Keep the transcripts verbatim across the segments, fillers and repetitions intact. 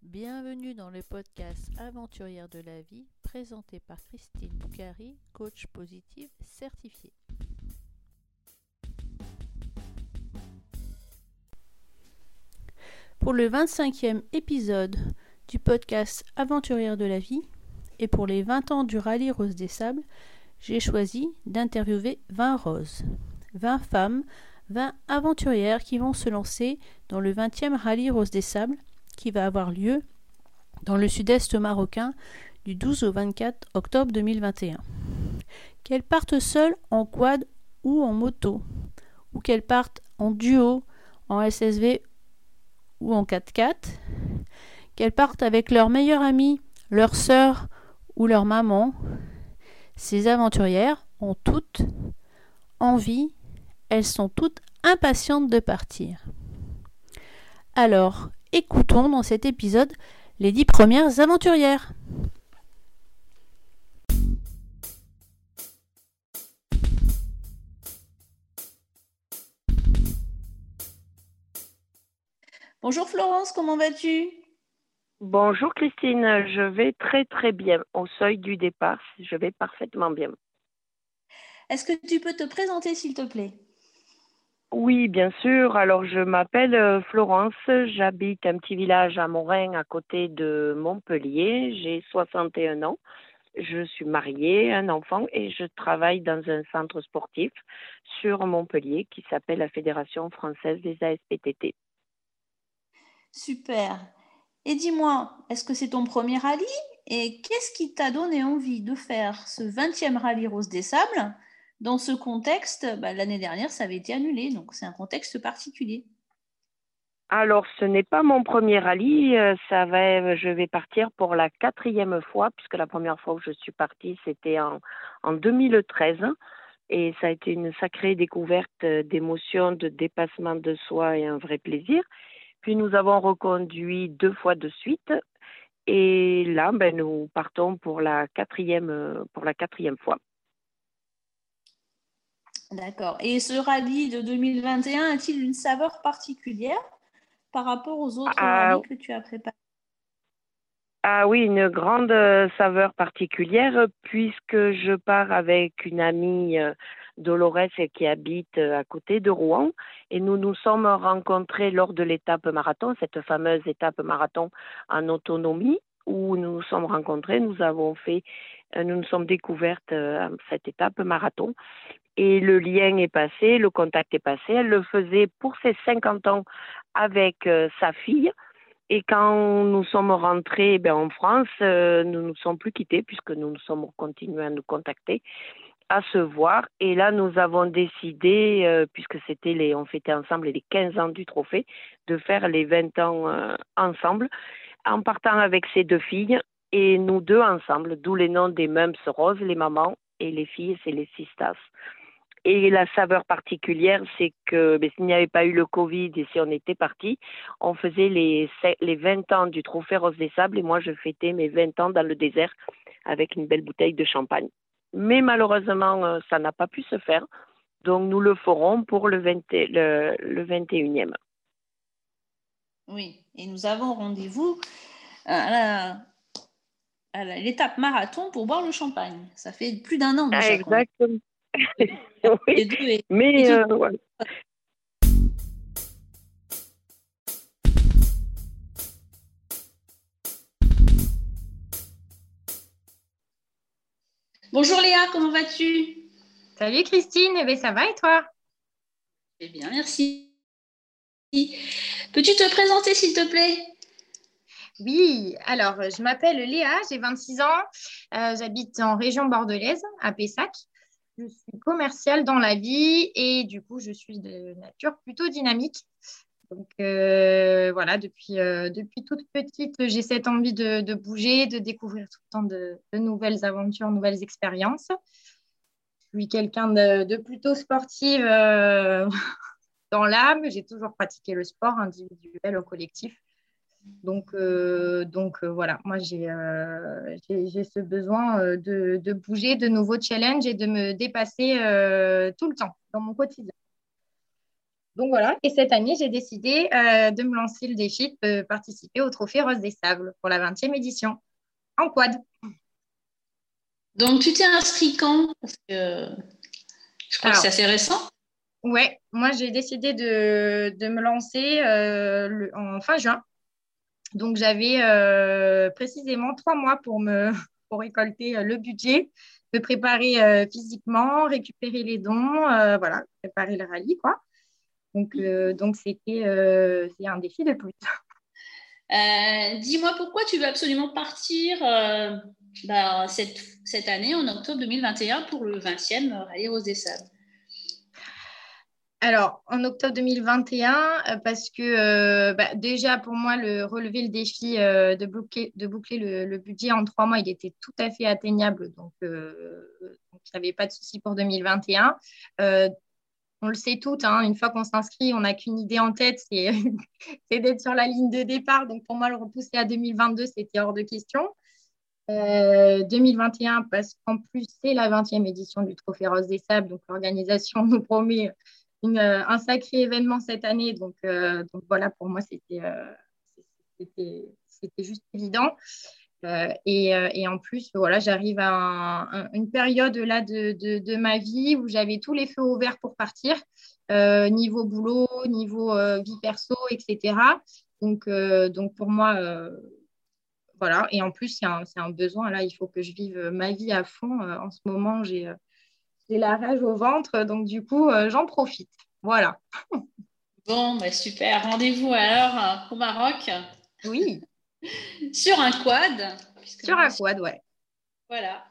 Bienvenue dans le podcast Aventurière de la vie, présenté par Christine Boukhari, coach positive certifiée. Pour le vingt-cinquième épisode du podcast Aventurière de la vie et pour les vingt ans du rallye Rose des Sables, j'ai choisi d'interviewer vingt roses, vingt femmes, vingt aventurières qui vont se lancer dans le vingtième rallye Rose des Sables qui va avoir lieu dans le sud-est marocain du douze au vingt-quatre octobre deux mille vingt et un. Qu'elles partent seules en quad ou en moto, ou qu'elles partent en duo, en S S V ou en quatre-quatre, qu'elles partent avec leur meilleure amie, leur sœur ou leur maman, ces aventurières ont toutes envie, elles sont toutes impatientes de partir. Alors, écoutons dans cet épisode les dix premières aventurières. Bonjour Florence, comment vas-tu ? Bonjour Christine, je vais très très bien. Au seuil du départ, je vais parfaitement bien. Est-ce que tu peux te présenter s'il te plaît ? Oui, bien sûr. Alors, je m'appelle euh, Florence, j'habite un petit village à Morin à côté de Montpellier. J'ai soixante et un ans. Je suis mariée, un enfant et je travaille dans un centre sportif sur Montpellier qui s'appelle la Fédération française des A S P T T. Super. Et dis-moi, est-ce que c'est ton premier rallye ? Et qu'est-ce qui t'a donné envie de faire ce vingtième rallye Rose des Sables ? Dans ce contexte, bah, l'année dernière, ça avait été annulé, donc c'est un contexte particulier. Alors, ce n'est pas mon premier rallye, euh, ça va, je vais partir pour la quatrième fois, puisque la première fois où je suis partie, c'était en, en deux mille treize, et ça a été une sacrée découverte euh, d'émotions, de dépassement de soi et un vrai plaisir. Puis nous avons reconduit deux fois de suite, et là, ben, nous partons pour la quatrième, euh, pour la quatrième fois. D'accord. Et ce rallye de deux mille vingt et un a-t-il une saveur particulière par rapport aux autres Ah, rallyes que tu as préparés ? Ah oui, une grande euh, saveur particulière puisque je pars avec une amie euh, Dolores qui habite euh, à côté de Rouen et nous nous sommes rencontrés lors de l'étape marathon, cette fameuse étape marathon en autonomie où nous nous sommes rencontrés, nous avons fait, euh, nous nous sommes découvertes euh, cette étape marathon et le lien est passé, le contact est passé. Elle le faisait pour ses cinquante ans avec euh, sa fille. Et quand nous sommes rentrés ben, en France, euh, nous ne nous sommes plus quittés puisque nous nous sommes continués à nous contacter, à se voir. Et là, nous avons décidé, euh, puisque c'était les, on fêtait ensemble les quinze ans du trophée, de faire les vingt ans euh, ensemble, en partant avec ces deux filles et nous deux ensemble, d'où les noms des Mums Roses, les mamans, et les filles, c'est les Sistas. Et la saveur particulière, c'est que ben, s'il n'y avait pas eu le Covid et si on était parti, on faisait les, les vingt ans du Trophée Rose des Sables et moi, je fêtais mes vingt ans dans le désert avec une belle bouteille de champagne. Mais malheureusement, euh, ça n'a pas pu se faire. Donc, nous le ferons pour le, vingt, le, le vingt et unième. Oui, et nous avons rendez-vous à la, à la, l'étape marathon pour boire le champagne. Ça fait plus d'un an déjà qu'on est. Exactement. Oui, Les deux et, mais et euh, voilà. Bonjour Léa, comment vas-tu ? Salut Christine, eh bien, ça va et toi ? Eh bien, merci. Peux-tu te présenter s'il te plaît ? Oui, alors je m'appelle Léa, j'ai vingt-six ans, euh, j'habite en région bordelaise, à Pessac. Je suis commerciale dans la vie et du coup, je suis de nature plutôt dynamique. Donc euh, voilà, depuis, euh, depuis toute petite, j'ai cette envie de, de bouger, de découvrir tout le temps de, de nouvelles aventures, nouvelles expériences. Je suis quelqu'un de, de plutôt sportive euh, dans l'âme. J'ai toujours pratiqué le sport individuel ou collectif. Donc, euh, donc euh, voilà, moi j'ai, euh, j'ai, j'ai ce besoin euh, de, de bouger, de nouveaux challenges et de me dépasser euh, tout le temps dans mon quotidien. Donc voilà, et cette année, j'ai décidé euh, de me lancer le défi de participer au Trophée Rose des Sables pour la vingtième édition en quad. Donc, tu t'es inscrit quand? Parce que je crois que c'est Alors, assez récent. ouais, moi j'ai décidé de, de me lancer euh, le- en fin juin. Donc j'avais euh, précisément trois mois pour me pour récolter euh, le budget, me préparer euh, physiquement, récupérer les dons, euh, voilà, préparer le rallye, quoi. Donc euh, donc c'était euh, c'est un défi de plus. Euh, dis-moi pourquoi tu veux absolument partir euh, bah, cette, cette année, en octobre deux mille vingt et un, pour le vingtième Rallye Rose des Sables. Alors, en octobre deux mille vingt et un, euh, parce que euh, bah, déjà pour moi, le relever le défi euh, de boucler, de boucler le, le budget en trois mois, il était tout à fait atteignable. Donc, euh, donc il n'y avait pas de souci pour deux mille vingt et un. Euh, on le sait toutes, hein, une fois qu'on s'inscrit, on n'a qu'une idée en tête, c'est, c'est d'être sur la ligne de départ. Donc, pour moi, le repousser à deux mille vingt-deux, c'était hors de question. Euh, deux mille vingt et un, parce qu'en plus, c'est la vingtième édition du Trophée Rose des Sables. Donc, l'organisation nous promet une, euh, un sacré événement cette année. Donc, euh, donc voilà, pour moi, c'était, euh, c'était, c'était juste évident. Euh, et, euh, et, en plus, voilà, j'arrive à un, un, une période là de, de, de, ma vie où j'avais tous les feux ouverts pour partir, euh, niveau boulot, niveau euh, vie perso, et cetera. Donc, euh, donc pour moi, euh, voilà. Et en plus, c'est un, c'est un besoin. Là, il faut que je vive ma vie à fond. Euh, en ce moment, j'ai, euh, j'ai la rage au ventre. Donc, du coup, euh, j'en profite. Voilà. Bon, bah super. Rendez-vous alors euh, au Maroc Oui, sur un quad. Puisque sur moi un aussi, quad, ouais. voilà.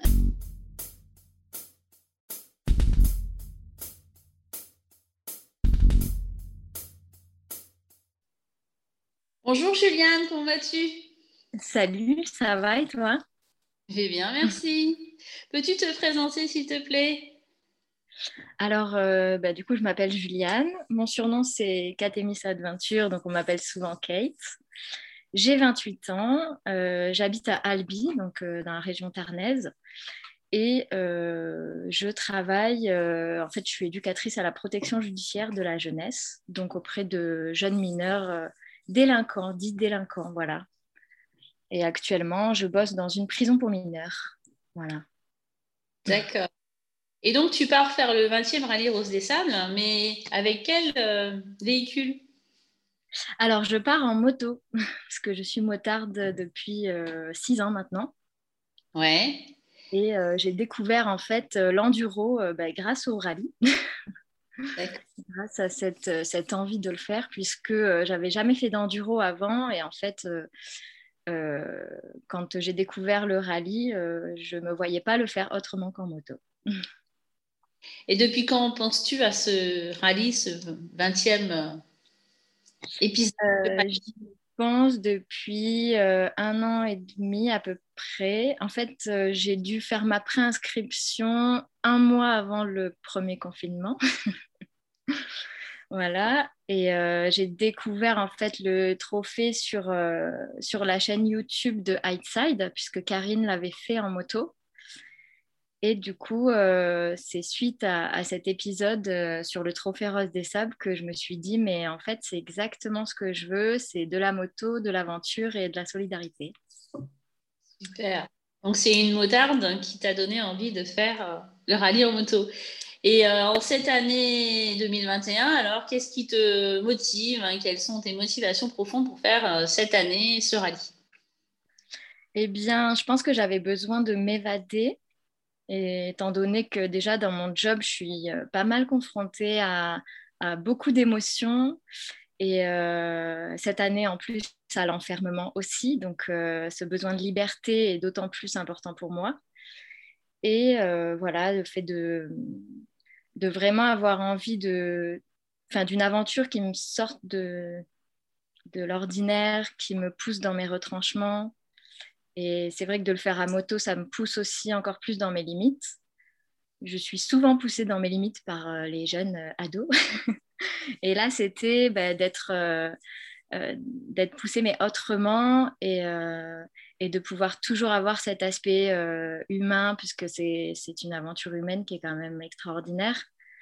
Bonjour Juliane, comment vas-tu? Salut, ça va et toi? Je vais bien, merci. Peux-tu te présenter s'il te plaît? Alors, euh, bah, du coup, je m'appelle Juliane. Mon surnom, c'est Katemis Adventure, donc on m'appelle souvent Kate. J'ai vingt-huit ans. Euh, j'habite à Albi, donc euh, dans la région tarnaise. Et euh, je travaille, euh, en fait, je suis éducatrice à la protection judiciaire de la jeunesse, donc auprès de jeunes mineurs euh, délinquants, dits délinquants, voilà. Et actuellement, je bosse dans une prison pour mineurs. Voilà. D'accord. Et donc, tu pars faire le vingtième Rallye Rose des Sables, mais avec quel euh, véhicule? Alors, je pars en moto, parce que je suis motarde depuis euh, six ans maintenant. Ouais. Et euh, j'ai découvert en fait euh, l'enduro euh, bah, grâce au rallye, D'accord. grâce à cette, euh, cette envie de le faire, puisque euh, j'avais jamais fait d'enduro avant. Et en fait, euh, euh, quand j'ai découvert le rallye, euh, je ne me voyais pas le faire autrement qu'en moto. Et depuis quand penses-tu à ce rallye, ce vingtième euh, épisode de Euh, rallye? j'y pense depuis euh, un an et demi à peu près. En fait, euh, j'ai dû faire ma préinscription un mois avant le premier confinement. Voilà. Et euh, j'ai découvert en fait le trophée sur, euh, sur la chaîne YouTube de Hightside, puisque Karine l'avait fait en moto. Et du coup, euh, c'est suite à, à cet épisode euh, sur le Trophée Rose des Sables que je me suis dit, mais en fait, c'est exactement ce que je veux, c'est de la moto, de l'aventure et de la solidarité. Super. Donc, c'est une motarde qui t'a donné envie de faire euh, le rallye en moto. Et euh, en cette année deux mille vingt et un, alors, qu'est-ce qui te motive, hein, quelles sont tes motivations profondes pour faire euh, cette année ce rallye? Eh bien, je pense que j'avais besoin de m'évader, et étant donné que déjà dans mon job, je suis euh, pas mal confrontée à, à beaucoup d'émotions. Et euh, cette année, en plus, à l'enfermement aussi. Donc, euh, ce besoin de liberté est d'autant plus important pour moi. Et euh, voilà, le fait de, de vraiment avoir envie de, enfin, d'une aventure qui me sorte de, de l'ordinaire, qui me pousse dans mes retranchements. Et c'est vrai que de le faire à moto, ça me pousse aussi encore plus dans mes limites. Je suis souvent poussée dans mes limites par euh, les jeunes euh, ados. Et là, c'était bah, d'être euh, euh, d'être poussée, mais autrement, et, euh, et de pouvoir toujours avoir cet aspect euh, humain, puisque c'est, c'est une aventure humaine qui est quand même extraordinaire.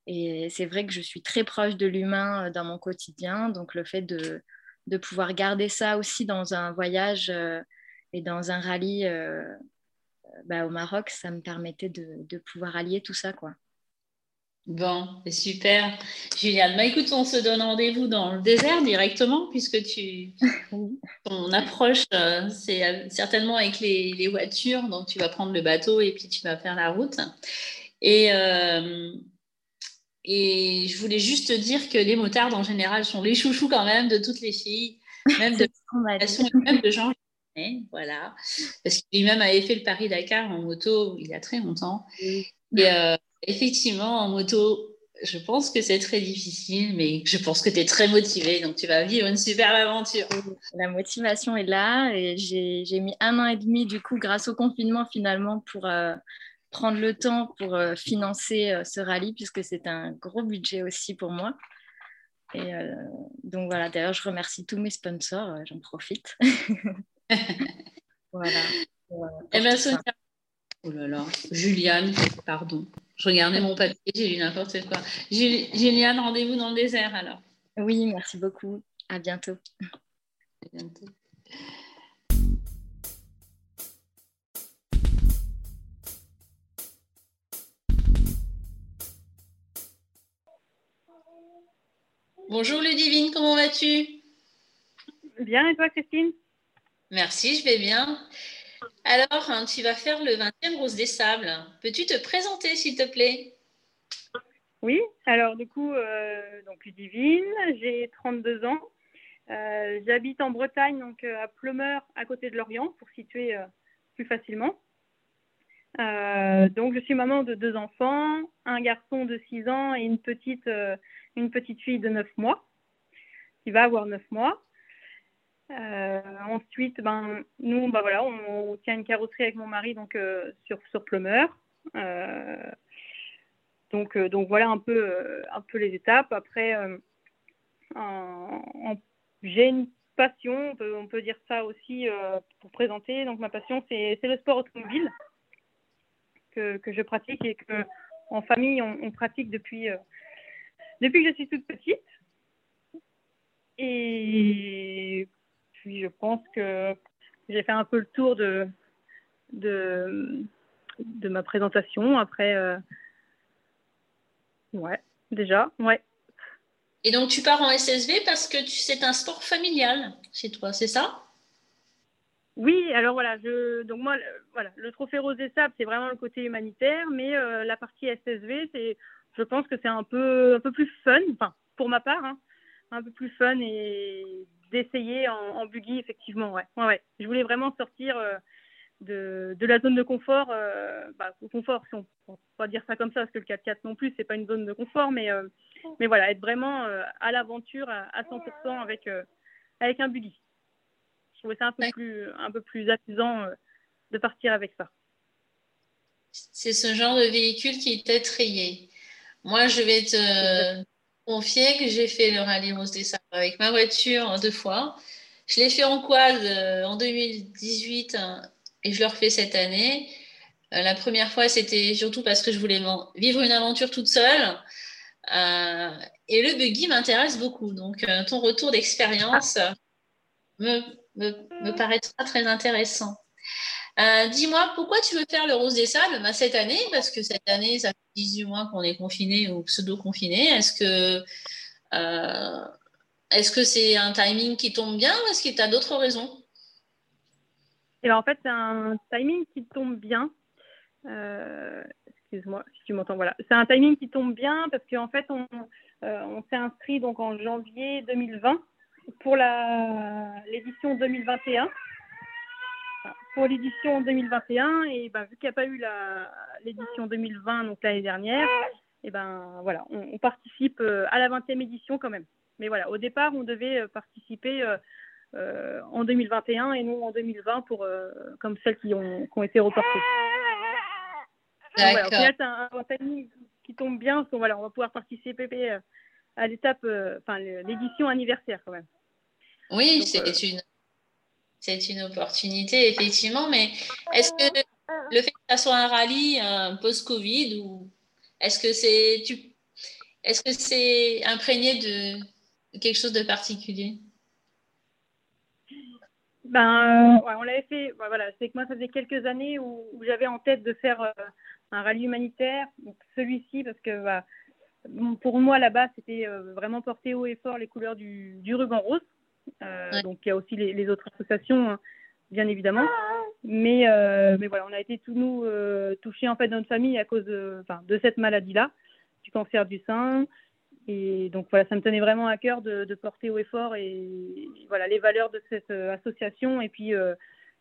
Et c'est vrai que je suis très proche de l'humain dans mon quotidien. Donc, le fait de, de pouvoir garder ça aussi dans un voyage euh, et dans un rallye euh, bah, au Maroc, ça me permettait de, de pouvoir allier tout ça, quoi. Bon, c'est super. Juliane, bah, écoute, on se donne rendez-vous dans le désert directement puisque tu, ton approche, euh, c'est euh, certainement avec les, les voitures. Donc, tu vas prendre le bateau et puis tu vas faire la route. Et, euh, et je voulais juste te dire que les motards, en général, sont les chouchous quand même de toutes les filles, même de, même de Jean. Voilà. Parce qu'il lui-même avait fait le Paris-Dakar en moto il y a très longtemps. Oui. Et euh, effectivement, en moto, je pense que c'est très difficile, mais je pense que tu es très motivée, donc tu vas vivre une superbe aventure. La motivation est là et j'ai, j'ai mis un an et demi, du coup, grâce au confinement, finalement, pour euh, prendre le temps pour euh, financer euh, ce rallye, puisque c'est un gros budget aussi pour moi. Et euh, donc voilà, d'ailleurs, je remercie tous mes sponsors, euh, j'en profite. Voilà. Euh, Eh bien, Sonia, oh là là, Juliane, pardon. Je regardais mon papier, j'ai lu n'importe quoi. Juliane, rendez-vous dans le désert alors. Oui, merci beaucoup. À bientôt. À bientôt. Bonjour Ludivine, comment vas-tu? Bien, et toi Christine? Merci, je vais bien. Alors, hein, tu vas faire le vingtième Rose des Sables. Peux-tu te présenter, s'il te plaît? Oui, alors du coup, euh, donc Ludivine, j'ai trente-deux ans. Euh, j'habite en Bretagne, donc euh, à Pleumeur, à côté de Lorient, pour situer euh, plus facilement. Euh, donc, je suis maman de deux enfants, un garçon de six ans et une petite, euh, une petite fille de neuf mois, qui va avoir neuf mois. Euh, ensuite, ben, nous, ben, voilà, on, on tient une carrosserie avec mon mari donc, euh, sur, sur Pleumeur. Euh, donc, euh, donc, voilà un peu, euh, un peu les étapes. Après, euh, en, en, j'ai une passion, on peut, on peut dire ça aussi euh, pour présenter. Donc, ma passion, c'est, c'est le sport automobile que, que je pratique et que en famille, on, on pratique depuis, euh, depuis que je suis toute petite. Et puis, je pense que j'ai fait un peu le tour de, de, de ma présentation. Après, euh, ouais, déjà, ouais. Et donc, tu pars en S S V parce que tu, c'est un sport familial chez toi, c'est ça? Oui, alors voilà, je, donc moi, le, voilà, le trophée Rose des Sables, c'est vraiment le côté humanitaire, mais euh, la partie S S V, c'est, je pense que c'est un peu, un peu plus fun, enfin, pour ma part, hein, un peu plus fun et d'essayer en, en buggy, effectivement, ouais. ouais, ouais. Je voulais vraiment sortir euh, de, de la zone de confort, euh, bah, confort, si on peut pas dire ça comme ça, parce que le quatre-quatre non plus, c'est pas une zone de confort, mais, euh, mais voilà, être vraiment euh, à l'aventure à, à cent pour cent avec, euh, avec un buggy. Je trouvais ça un peu plus, un peu plus amusant euh, de partir avec ça. C'est ce genre de véhicule qui est attrayé. Moi, je vais te confier que j'ai fait le rallye Rose des Sables avec ma voiture deux fois. Je l'ai fait en quad euh, en deux mille dix-huit hein, et je le refais cette année. Euh, la première fois, c'était surtout parce que je voulais vivre une aventure toute seule. Euh, et le buggy m'intéresse beaucoup. Donc, euh, ton retour d'expérience me, me, me paraîtra très intéressant. Euh, dis-moi, pourquoi tu veux faire le Rose des Sables bah, cette année? Parce que cette année, ça fait dix-huit mois qu'on est confiné ou pseudo-confiné. Est-ce que euh, est-ce que c'est un timing qui tombe bien ou est-ce que tu as d'autres raisons? Et ben, en fait, c'est un timing qui tombe bien. Euh, excuse-moi si tu m'entends. Voilà, c'est un timing qui tombe bien parce qu'en fait, on, euh, on s'est inscrit donc en janvier deux mille vingt pour la, l'édition deux mille vingt et un. Pour l'édition deux mille vingt et un, et ben, vu qu'il n'y a pas eu la, l'édition deux mille vingt, donc l'année dernière, et ben voilà, on, on participe à la vingtième édition quand même. Mais voilà, au départ, on devait participer euh, euh, en deux mille vingt et un et non en deux mille vingt pour, euh, comme celles qui ont, qui ont été reportées. Donc, voilà, au final, c'est un, un timing qui tombe bien parce qu'on voilà, on va pouvoir participer à l'étape, enfin euh, l'édition anniversaire quand même. Oui, donc, c'est euh, une c'est une opportunité effectivement, mais est-ce que le fait que ça soit un rallye euh, post-Covid ou est-ce que c'est tu Est-ce que c'est imprégné de, de quelque chose de particulier? Ben, euh, ouais, on l'avait fait. Ben, voilà, c'est que moi, ça faisait quelques années où, où j'avais en tête de faire euh, un rallye humanitaire. Donc, celui-ci, parce que bah, pour moi, là-bas, c'était euh, vraiment porter haut et fort les couleurs du, du ruban rose. Euh, Ouais. Donc, il y a aussi les, les autres associations, hein, bien évidemment. Mais, euh, mais voilà, on a été tous nous euh, touchés en fait dans notre famille à cause de, enfin, de cette maladie-là, du cancer du sein. Et donc voilà, ça me tenait vraiment à cœur de, de porter haut et fort et voilà les valeurs de cette euh, association et puis euh,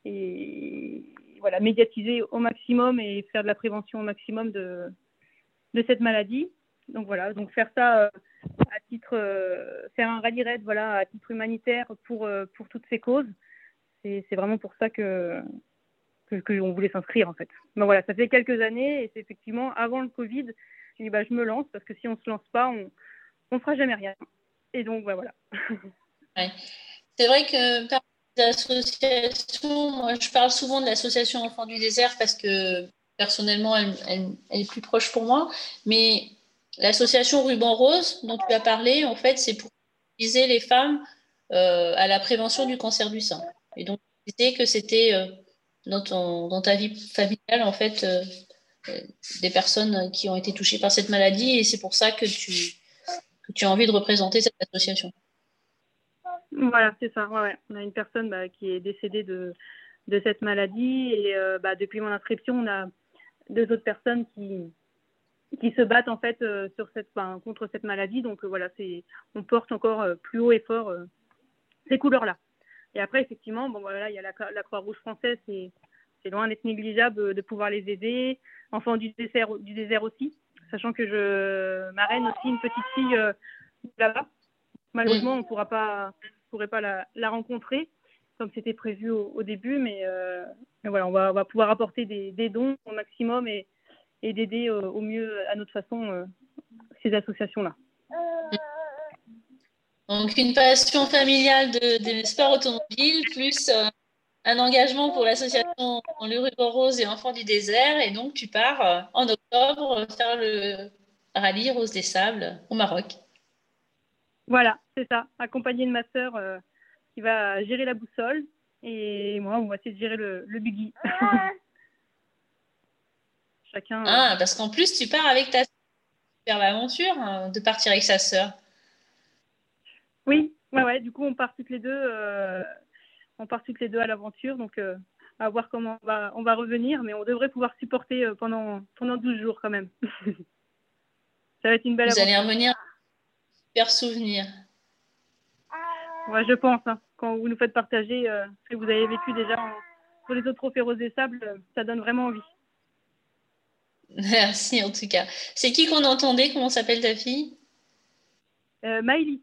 et voilà médiatiser au maximum et faire de la prévention au maximum de de cette maladie. Donc voilà, donc faire ça euh, à titre euh, faire un rallye raid voilà à titre humanitaire pour euh, pour toutes ces causes. C'est c'est vraiment pour ça que que, que on voulait s'inscrire en fait. Donc voilà, ça fait quelques années et c'est effectivement avant le Covid, j'ai dit bah je me lance parce que si on se lance pas, on on fera jamais rien. Et donc, bah, voilà. Ouais. C'est vrai que parmi les associations, moi, je parle souvent de l'association Enfants du désert parce que personnellement, elle, elle, elle est plus proche pour moi. Mais l'association Ruban Rose, dont tu as parlé, en fait, c'est pour utiliser les femmes euh, à la prévention du cancer du sein. Et donc, tu disais que c'était euh, dans, ton, dans ta vie familiale, en fait, euh, euh, des personnes qui ont été touchées par cette maladie. Et c'est pour ça que tu, que tu as envie de représenter cette association. Voilà, c'est ça. Ouais, ouais. On a une personne bah, qui est décédée de, de cette maladie. Et euh, bah, depuis mon inscription, on a deux autres personnes qui, qui se battent en fait euh, sur cette, enfin, contre cette maladie. Donc euh, voilà, c'est, on porte encore euh, plus haut et fort euh, ces couleurs-là. Et après, effectivement, bon, voilà, il y a la, la Croix-Rouge française, c'est, c'est loin d'être négligeable de pouvoir les aider. Enfants du désert, du désert aussi, sachant que je marraine aussi une petite fille euh, là-bas. Malheureusement, on ne pourra pas, pourrait pas la, la rencontrer comme c'était prévu au, au début, mais, euh, mais voilà, on va, on va pouvoir apporter des, des dons au maximum et, et d'aider euh, au mieux à notre façon euh, ces associations-là. Donc une passion familiale de, des sports automobiles, plus euh, un engagement pour l'association Le Ruban Rose et Enfants du désert, et donc tu pars euh, en octobre faire le rallye Rose des Sables au Maroc. Voilà, c'est ça, accompagné de ma sœur euh, qui va gérer la boussole, et moi, on va essayer de gérer le, le buggy. Chacun. Ah, parce qu'en plus, tu pars avec ta sœur, faire l'aventure hein, de partir avec sa sœur. Oui, ouais, ouais, du coup, on part toutes les deux, euh, on part toutes les deux à l'aventure, donc euh, à voir comment on va, on va revenir, mais on devrait pouvoir supporter euh, pendant, pendant douze jours quand même. Ça va être une belle Vous aventure. allez revenir super souvenir. Ouais, je pense, hein, quand vous nous faites partager euh, ce que vous avez vécu déjà en, sur les autres trophées Rose des Sables, euh, ça donne vraiment envie. Merci en tout cas. C'est qui qu'on entendait? Comment s'appelle ta fille? Euh, Maëlys.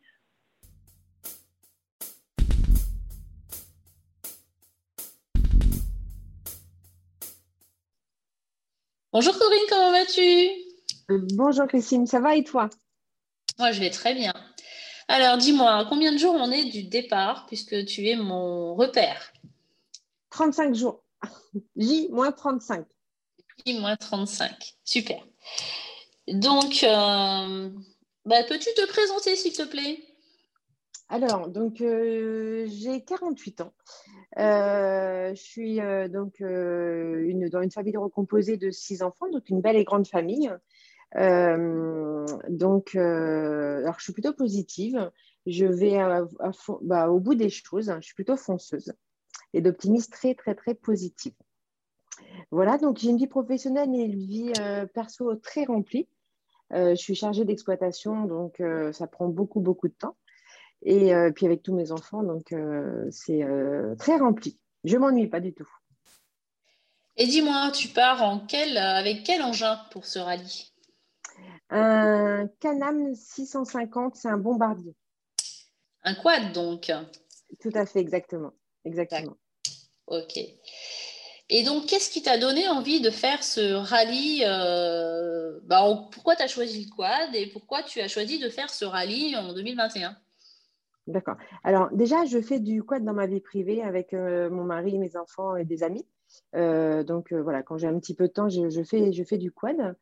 Bonjour Corinne, comment vas-tu? Bonjour Christine, ça va et toi? Moi, je vais très bien. Alors, dis-moi, combien de jours on est du départ puisque tu es mon repère? trente-cinq jours. J moins trente-cinq. J moins trente-cinq. Super. Donc, euh, bah, peux-tu te présenter, s'il te plaît? Alors, donc, euh, j'ai quarante-huit ans. Euh, je suis euh, donc euh, une, dans une famille recomposée de six enfants, donc une belle et grande famille. Euh, donc, euh, alors, je suis plutôt positive. Je vais à, à, bah, au bout des choses. Je suis plutôt fonceuse et d'optimisme très, très, très positive. Voilà, donc j'ai une vie professionnelle et une vie euh, perso très remplie. Euh, je suis chargée d'exploitation, donc euh, ça prend beaucoup, beaucoup de temps. Et euh, puis avec tous mes enfants, donc euh, c'est euh, très rempli. Je ne m'ennuie pas du tout. Et dis-moi, tu pars en quel, avec quel engin pour ce rallye? Un Can-Am six cent cinquante, c'est un bombardier. Un quad, donc. Tout à fait, exactement. Exactement. Ok. Et donc, qu'est-ce qui t'a donné envie de faire ce rallye euh, bah, pourquoi tu as choisi le quad et pourquoi tu as choisi de faire ce rallye en deux mille vingt et un? D'accord. Alors, déjà, je fais du quad dans ma vie privée avec euh, mon mari, mes enfants et des amis. Euh, donc, euh, voilà, quand j'ai un petit peu de temps, je, je, fais, je fais du quad.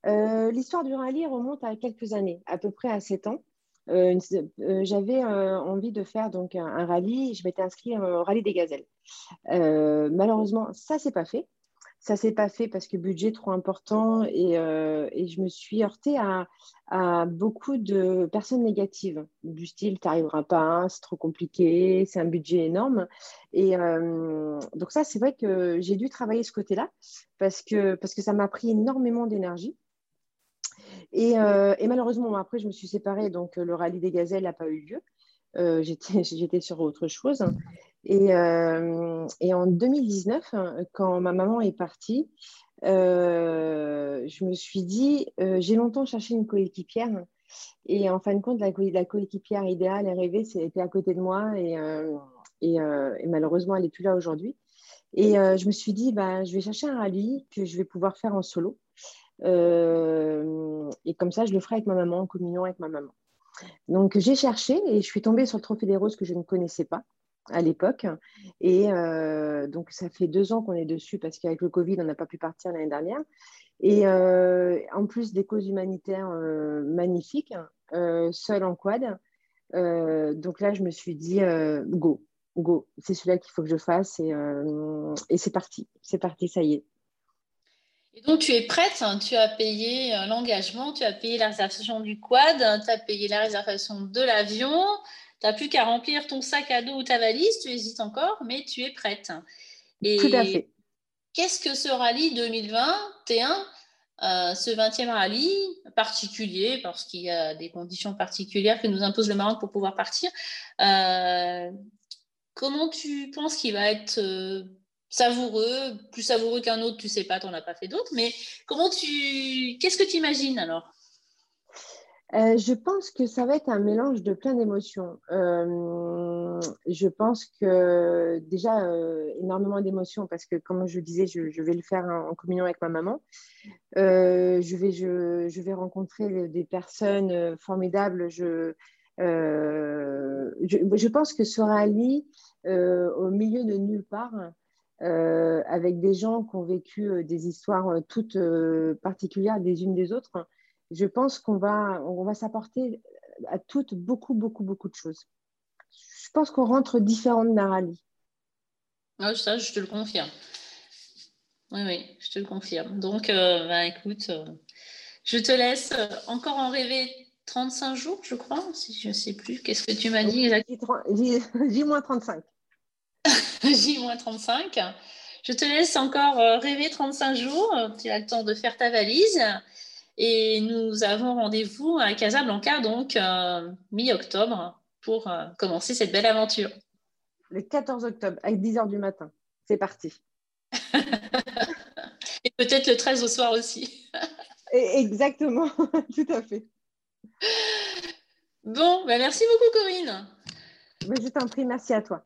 Euh, l'histoire du rallye remonte à quelques années, à peu près à sept ans. Euh, euh, j'avais euh, envie de faire donc un, un rallye. Je m'étais inscrite au rallye des gazelles. Euh, malheureusement, ça s'est pas fait. Ça s'est pas fait parce que budget trop important et, euh, et je me suis heurtée à, à beaucoup de personnes négatives du style tu n'arriveras pas, hein, c'est trop compliqué, c'est un budget énorme. Et euh, donc ça, c'est vrai que j'ai dû travailler ce côté-là parce que, parce que ça m'a pris énormément d'énergie. Et, euh, et malheureusement, après, je me suis séparée, donc le rallye des gazelles n'a pas eu lieu. Euh, j'étais, j'étais sur autre chose. Et, euh, et en deux mille dix-neuf, quand ma maman est partie, euh, je me suis dit, euh, j'ai longtemps cherché une coéquipière. Et en fin de compte, la, co- la coéquipière idéale est rêvée, c'était à côté de moi. Et, euh, et, euh, et malheureusement, elle n'est plus là aujourd'hui. Et euh, je me suis dit, bah, je vais chercher un rallye que je vais pouvoir faire en solo. Euh, et comme ça, je le ferai avec ma maman, en communion avec ma maman. Donc, j'ai cherché et je suis tombée sur le Trophée des Roses que je ne connaissais pas à l'époque. Et euh, donc, ça fait deux ans qu'on est dessus parce qu'avec le Covid, on n'a pas pu partir l'année dernière. Et euh, en plus des causes humanitaires euh, magnifiques, euh, seule en quad. Euh, donc là, je me suis dit, euh, go, go. C'est celui-là qu'il faut que je fasse. Et, euh, et c'est parti. C'est parti, ça y est. Et donc, tu es prête, hein, tu as payé euh, l'engagement, tu as payé la réservation du quad, tu as payé la réservation de l'avion, tu n'as plus qu'à remplir ton sac à dos ou ta valise, tu hésites encore, mais tu es prête. Tout à Et fait. qu'est-ce que ce rallye deux mille vingt et un, euh, ce vingtième rallye particulier, parce qu'il y a des conditions particulières que nous impose le Maroc pour pouvoir partir, euh, comment tu penses qu'il va être euh, savoureux, plus savoureux qu'un autre, tu sais pas, tu n'en as pas fait d'autres, mais comment tu, qu'est-ce que tu imagines alors? Euh, je pense que ça va être un mélange de plein d'émotions. Euh, je pense que déjà, euh, énormément d'émotions parce que, comme je le disais, je, je vais le faire en, en communion avec ma maman. Euh, je, vais, je, je vais rencontrer des personnes euh, formidables. Je, euh, je, je pense que ce rallye, euh, au milieu de nulle part, euh, avec des gens qui ont vécu euh, des histoires euh, toutes euh, particulières des unes des autres, je pense qu'on va, on va s'apporter à toutes beaucoup, beaucoup, beaucoup de choses. Je pense qu'on rentre différentes d'un rallye. Ah, ça, je te le confirme. Oui, oui, je te le confirme. Donc, euh, bah, écoute, euh, je te laisse euh, encore en rêver trente-cinq jours, je crois, si je ne sais plus. Qu'est-ce que tu m'as dit exactement? J trente-cinq. J trente-cinq. Je te laisse encore euh, rêver trente-cinq jours. Tu as le temps de faire ta valise. Et nous avons rendez-vous à Casablanca, donc euh, mi-octobre, pour euh, commencer cette belle aventure. Le quatorze octobre, à dix heures du matin. C'est parti. Et peut-être le treize au soir aussi. Exactement, tout à fait. Bon, ben merci beaucoup Corinne. Mais je t'en prie, merci à toi.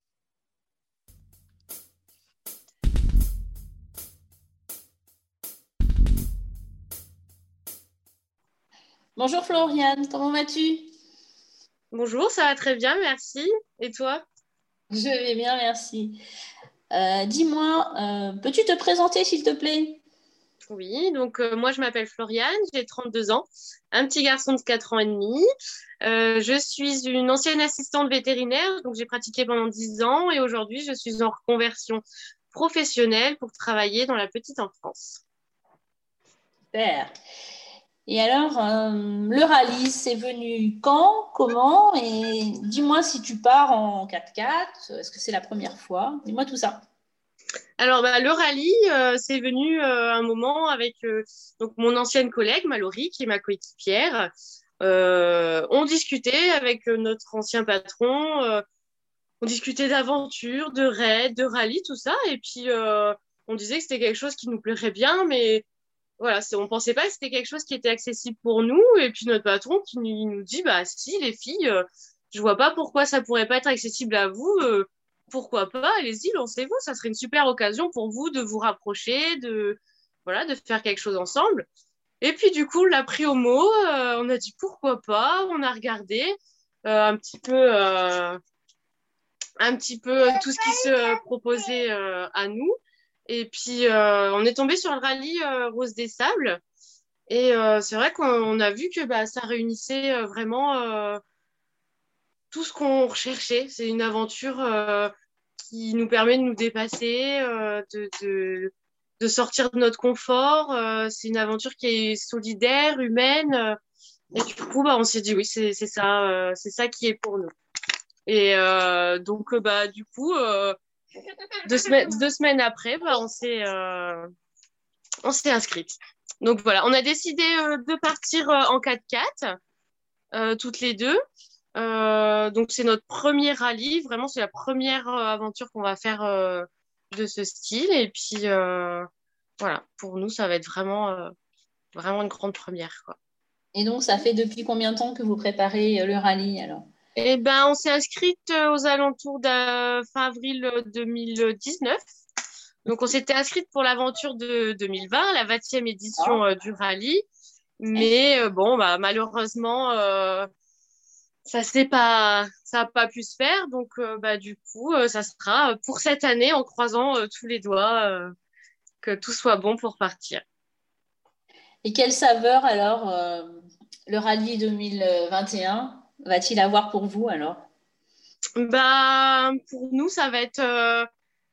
Bonjour Floriane, comment vas-tu? Bonjour, ça va très bien, merci. Et toi? Je vais bien, merci. Euh, dis-moi, euh, peux-tu te présenter s'il te plaît? Oui, donc euh, moi je m'appelle Floriane, j'ai trente-deux ans, un petit garçon de quatre ans et demi. Euh, je suis une ancienne assistante vétérinaire, donc j'ai pratiqué pendant dix ans et aujourd'hui je suis en reconversion professionnelle pour travailler dans la petite enfance. Super. Et alors, euh, le rallye, c'est venu quand, comment? Et dis-moi si tu pars en quatre-quatre, est-ce que c'est la première fois? Dis-moi tout ça. Alors, bah, le rallye, euh, c'est venu euh, un moment avec euh, donc mon ancienne collègue, Mallory, qui est ma coéquipière. Euh, on discutait avec euh, notre ancien patron, euh, on discutait d'aventures, de raids, de rallye, tout ça. Et puis, euh, on disait que c'était quelque chose qui nous plairait bien, mais voilà, c'est- on pensait pas que c'était quelque chose qui était accessible pour nous. Et puis, notre patron qui nous, il nous dit, bah si, les filles, euh, je vois pas pourquoi ça pourrait pas être accessible à vous. Euh, pourquoi pas? Allez-y, lancez-vous. Ça serait une super occasion pour vous de vous rapprocher, de, voilà, de faire quelque chose ensemble. Et puis, du coup, on l'a pris au mot. Euh, on a dit pourquoi pas. On a regardé euh, un petit peu, euh, un petit peu tout ce qui se proposait euh, à nous. Et puis, euh, on est tombé sur le rallye euh, Rose des Sables. Et euh, c'est vrai qu'on a vu que bah, ça réunissait euh, vraiment euh, tout ce qu'on recherchait. C'est une aventure euh, qui nous permet de nous dépasser, euh, de, de, de sortir de notre confort. Euh, c'est une aventure qui est solidaire, humaine. euh, et du coup, bah, on s'est dit oui, c'est c'est ça, euh, c'est ça qui est pour nous. Et euh, donc, euh, bah, du coup, euh, deux, semaines, deux semaines après, bah, on s'est euh, on s'est inscrite. Donc voilà, on a décidé euh, de partir euh, en quatre-quatre, euh, toutes les deux. Euh, donc c'est notre premier rallye, vraiment c'est la première euh, aventure qu'on va faire euh, de ce style. Et puis euh, voilà, pour nous ça va être vraiment, euh, vraiment une grande première, quoi. Et donc, ça fait depuis combien de temps que vous préparez euh, le rallye alors? Et ben on s'est inscrite euh, aux alentours de fin avril deux mille dix-neuf. Donc on s'était inscrite pour l'aventure de deux mille vingt, la vingtième édition euh, du rallye. Mais euh, bon, bah, malheureusement, euh, ça s'est pas, ça a pas pu se faire. Donc, euh, bah, du coup, euh, ça sera euh, pour cette année en croisant euh, tous les doigts euh, que tout soit bon pour partir. Et quelle saveur alors euh, le rallye deux mille vingt et un va-t-il avoir pour vous alors? Bah, pour nous, ça va être, euh,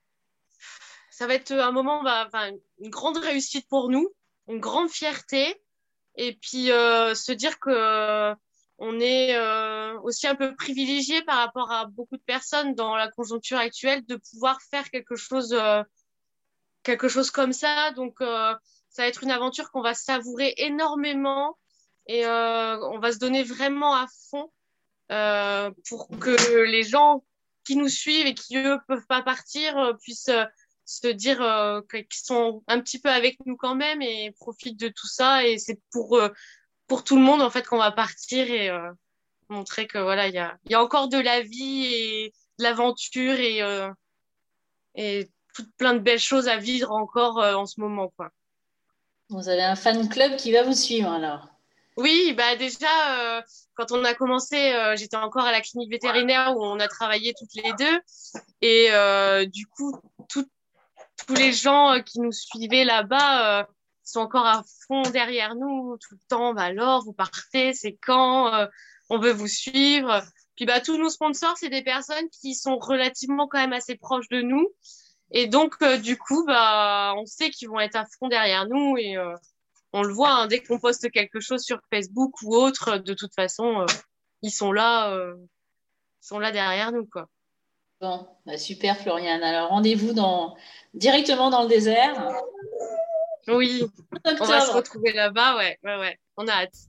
ça va être un moment, bah, enfin, une grande réussite pour nous, une grande fierté. Et puis, euh, se dire que euh, on est euh, aussi un peu privilégié par rapport à beaucoup de personnes dans la conjoncture actuelle de pouvoir faire quelque chose, euh, quelque chose comme ça. Donc, euh, ça va être une aventure qu'on va savourer énormément et euh, on va se donner vraiment à fond euh, pour que les gens qui nous suivent et qui, eux, peuvent pas partir euh, puissent euh, se dire euh, qu'ils sont un petit peu avec nous quand même et profitent de tout ça. Et c'est pour, euh, pour tout le monde, en fait, qu'on va partir et euh, montrer que voilà, il y a, il y a encore de la vie et de l'aventure et, euh, et toutes plein de belles choses à vivre encore euh, en ce moment, quoi. Vous avez un fan club qui va vous suivre alors? Oui, bah déjà, euh, quand on a commencé, euh, j'étais encore à la clinique vétérinaire où on a travaillé toutes les deux. Et euh, du coup, tout- tous les gens euh, qui nous suivaient là-bas euh, sont encore à fond derrière nous tout le temps. Bah alors, vous partez, c'est quand? Euh, on veut vous suivre. Puis bah tous nos sponsors, c'est des personnes qui sont relativement quand même assez proches de nous. Et donc, euh, du coup, bah on sait qu'ils vont être à fond derrière nous et euh, on le voit, hein, dès qu'on poste quelque chose sur Facebook ou autre, de toute façon, euh, ils sont là, euh, ils sont là derrière nous, quoi. Bon, bah super Floriane. Alors rendez-vous dans... directement dans le désert Oui, en on va se octobre. retrouver là-bas, ouais, ouais, ouais. On a hâte.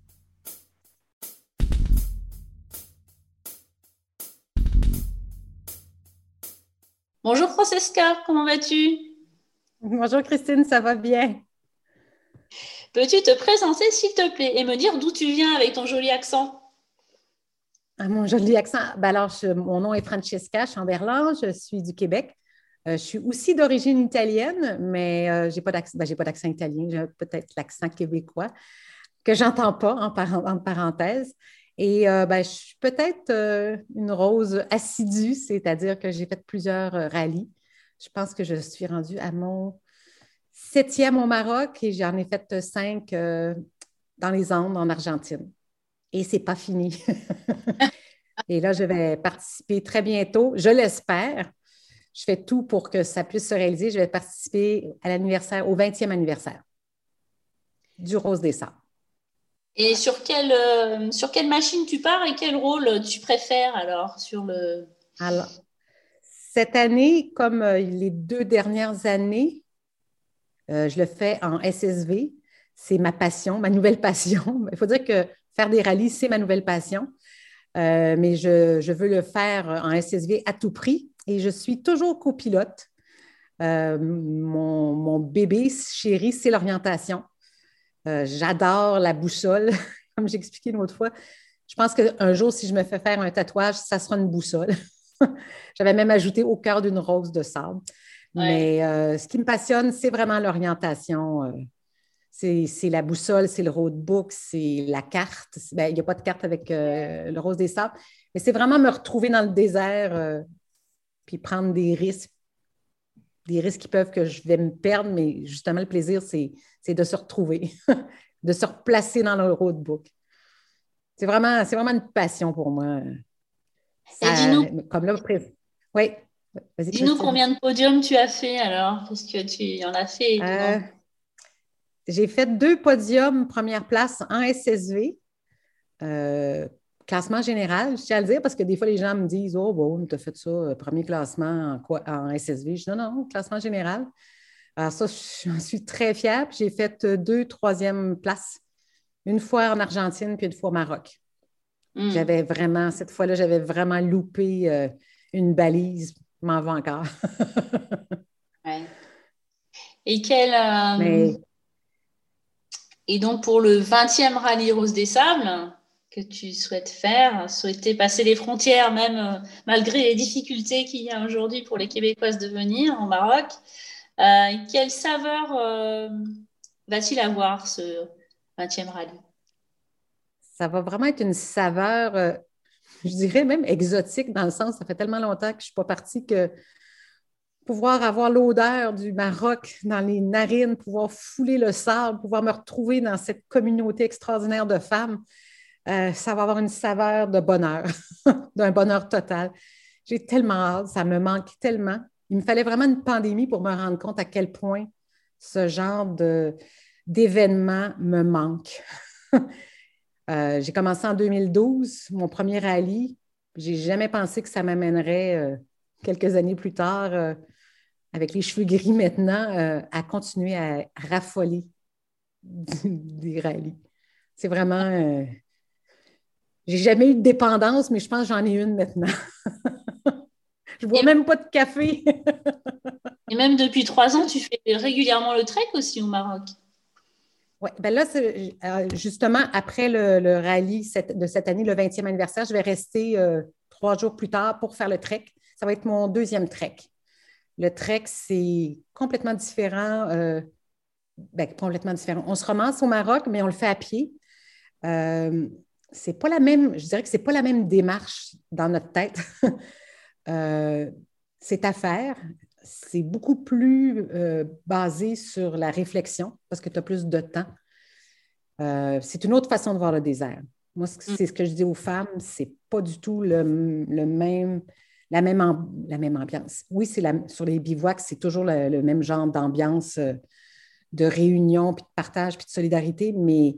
Bonjour Francesca, comment vas-tu? Bonjour Christine, ça va bien? Peux-tu te présenter s'il te plaît et me dire d'où tu viens avec ton joli accent? Ah, mon joli accent. Ben alors, je- mon nom est Francesca Chamberlain, je suis du Québec. Euh, je suis aussi d'origine italienne, mais euh, je n'ai pas d'accent, ben, j'ai pas d'accent italien, j'ai peut-être l'accent québécois que j'entends pas en, par- en parenthèse. Et euh, ben, je suis peut-être euh, une rose assidue, c'est-à-dire que j'ai fait plusieurs euh, rallyes. Je pense que je suis rendue à mon septième au Maroc et j'en ai fait cinq euh, dans les Andes en Argentine. Et c'est pas fini. Et là, je vais participer très bientôt, je l'espère. Je fais tout pour que ça puisse se réaliser. Je vais participer à l'anniversaire, au vingtième anniversaire du Rose des Sables. Et sur quelle, euh, sur quelle machine tu pars et quel rôle tu préfères alors sur le... Alors, cette année, comme euh, les deux dernières années, euh, je le fais en S S V. C'est ma passion, ma nouvelle passion. Il faut dire que faire des rallyes, c'est ma nouvelle passion. Euh, mais je, je veux le faire en S S V à tout prix et je suis toujours copilote. Euh, mon, mon bébé chéri, c'est l'orientation. Euh, j'adore la boussole, comme j'ai expliqué une autre fois. Je pense qu'un jour, si je me fais faire un tatouage, ça sera une boussole. J'avais même ajouté au cœur d'une rose de sable. Ouais. Mais euh, ce qui me passionne, c'est vraiment l'orientation. Euh, c'est, c'est la boussole, c'est le roadbook, c'est la carte. Ben, il n'y a pas de carte avec euh, le rose des sables, mais c'est vraiment me retrouver dans le désert euh, puis prendre des risques, des risques qui peuvent que je vais me perdre, mais justement, le plaisir, c'est, c'est de se retrouver. de se replacer dans le roadbook. C'est vraiment, c'est vraiment une passion pour moi. Et Ça, dis-nous, comme là, pré- oui, vas-y, dis-nous Christine. combien de podiums tu as fait alors, parce que tu en as fait de Euh, nombreux. j'ai fait deux podiums première place en S S V, euh, classement général, je tiens à le dire, parce que des fois, les gens me disent « Oh, bon, tu as fait ça, euh, premier classement en, quoi, en S S V. » Je dis « Non, non, classement général. » Alors ça, j'en suis très fière. Puis j'ai fait euh, deux troisième places, une fois en Argentine puis une fois au Maroc. Hmm. J'avais vraiment, cette fois-là, j'avais vraiment loupé euh, une balise. Je m'en vais encore. Ouais. Et quel, euh, Mais et donc pour le vingtième rallye Rose des Sables que tu souhaites faire, souhaiter passer les frontières, même euh, malgré les difficultés qu'il y a aujourd'hui pour les Québécoises de venir au Maroc, euh, quelle saveur euh, va-t-il avoir ce vingtième rallye? ça va vraiment être une saveur, euh, je dirais même exotique, dans le sens, ça fait tellement longtemps que je ne suis pas partie que pouvoir avoir l'odeur du Maroc dans les narines, pouvoir fouler le sable, pouvoir me retrouver dans cette communauté extraordinaire de femmes, euh, ça va avoir une saveur de bonheur, d'un bonheur total. J'ai tellement hâte, ça me manque tellement. Il me fallait vraiment une pandémie pour me rendre compte à quel point ce genre de, d'événement me manque. euh, j'ai commencé en deux mille douze, mon premier rallye. J'ai jamais pensé que ça m'amènerait euh, quelques années plus tard, euh, avec les cheveux gris maintenant, euh, à continuer à raffoler des rallyes. C'est vraiment... Euh, j'ai jamais eu de dépendance, mais je pense que j'en ai une maintenant. Je ne bois Et, même pas de café. et même depuis trois ans, tu fais régulièrement le trek aussi au Maroc. Oui, ben là, c'est, euh, justement, après le, le rallye cette- de cette année, le vingtième anniversaire, je vais rester euh, trois jours plus tard pour faire le trek. Ça va être mon deuxième trek. Le trek, c'est complètement différent. Euh, ben, complètement différent. On se ramasse au Maroc, mais on le fait à pied. Euh, c'est pas la même, je dirais que c'est pas la même démarche dans notre tête. euh, c'est à faire. C'est beaucoup plus euh, basé sur la réflexion parce que tu as plus de temps. Euh, c'est une autre façon de voir le désert. Moi, c'est ce que je dis aux femmes, c'est pas du tout le, le même, la, même amb- la même ambiance. Oui, c'est la, sur les bivouacs, c'est toujours le, le même genre d'ambiance euh, de réunion, puis de partage, puis de solidarité, mais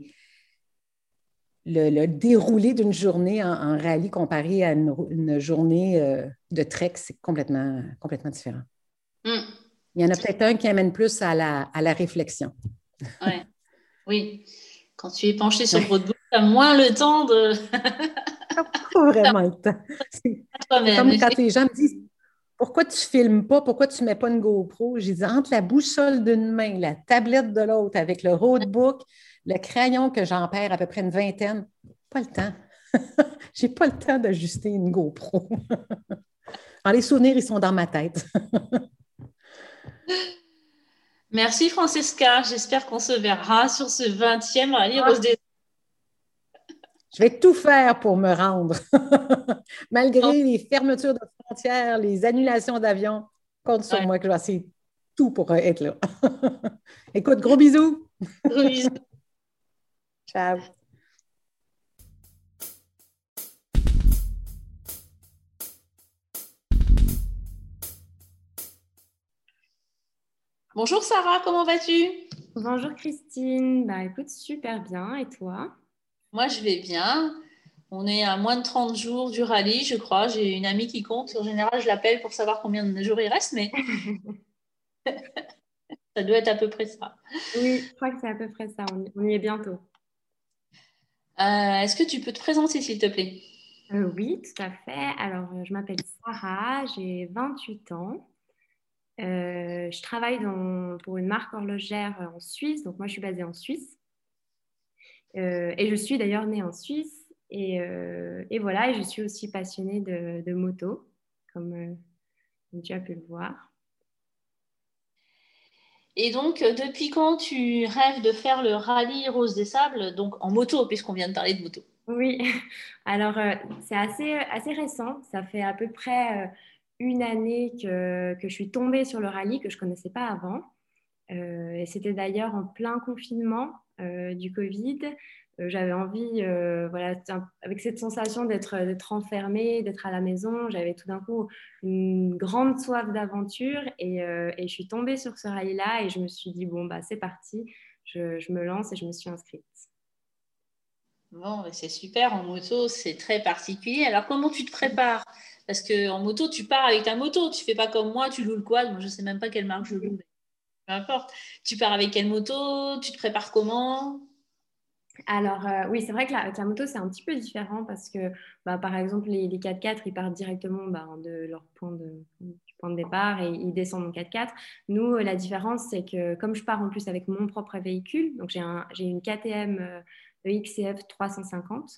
le, le déroulé d'une journée en, en rallye comparé à une, une journée euh, de trek, c'est complètement, complètement différent. Mm. Il y en a peut-être un qui amène plus à la, à la réflexion. Ouais. Oui. Quand tu es penché sur le roadbook, tu as moins le temps de... Pas vraiment le temps. C'est, c'est comme quand les gens me disent « Pourquoi tu ne filmes pas? Pourquoi tu ne mets pas une GoPro? » J'ai dit « Entre la boussole d'une main, la tablette de l'autre, avec le roadbook, le crayon que j'en perds à peu près une vingtaine, pas le temps. J'ai pas le temps d'ajuster une GoPro. Alors, les souvenirs, ils sont dans ma tête. » Merci Francesca, j'espère qu'on se verra sur ce vingtième rallye Rose des Je vais tout faire pour me rendre. Malgré les fermetures de frontières, les annulations d'avions, compte sur Ouais. moi que je vais essayer tout pour être là. Écoute, gros bisous. Gros bisous. Ciao. Bonjour Sarah, comment vas-tu? Bonjour Christine, bah écoute, super bien, et toi? Moi je vais bien. On est à moins de trente jours du rallye, je crois. J'ai une amie qui compte. En général, je l'appelle pour savoir combien de jours il reste, mais ça doit être à peu près ça. Oui, je crois que c'est à peu près ça, on y, on y est bientôt. Euh, est-ce que tu peux te présenter, s'il te plaît? Euh, oui, tout à fait. Alors, euh, je m'appelle Sarah, j'ai vingt-huit ans. Euh, je travaille dans, pour une marque horlogère en Suisse, donc moi je suis basée en Suisse. Euh, et je suis d'ailleurs née en Suisse. Et, euh, et voilà, et je suis aussi passionnée de, de moto, comme, euh, comme tu as pu le voir. Et donc, euh, depuis quand tu rêves de faire le rallye Rose des Sables, donc en moto, puisqu'on vient de parler de moto? Oui, alors euh, c'est assez, assez récent. Ça fait à peu près euh, une année que, que je suis tombée sur le rallye que je ne connaissais pas avant. Euh, et c'était d'ailleurs en plein confinement. euh, du Covid. Euh, j'avais envie, euh, voilà, avec cette sensation d'être, d'être enfermée, d'être à la maison, j'avais tout d'un coup une grande soif d'aventure et, euh, et je suis tombée sur ce rallye-là et je me suis dit, bon, bah, c'est parti, je, je me lance et je me suis inscrite. Bon, c'est super. En moto, c'est très particulier. Alors, comment tu te prépares? Parce qu'en moto, tu pars avec ta moto. Tu fais pas comme moi, tu loues le quad. Moi, je sais même pas quelle marque je loue. Peu importe. Tu pars avec quelle moto? Tu te prépares comment? Alors, euh, oui, c'est vrai que la, avec la moto, c'est un petit peu différent parce que, bah, par exemple, les, les quatre-quatre, ils partent directement bah, de leur point de, du point de départ et ils descendent en quatre-quatre. Nous, euh, la différence, c'est que comme je pars en plus avec mon propre véhicule, donc j'ai un, j'ai une K T M euh, E X C F trois cent cinquante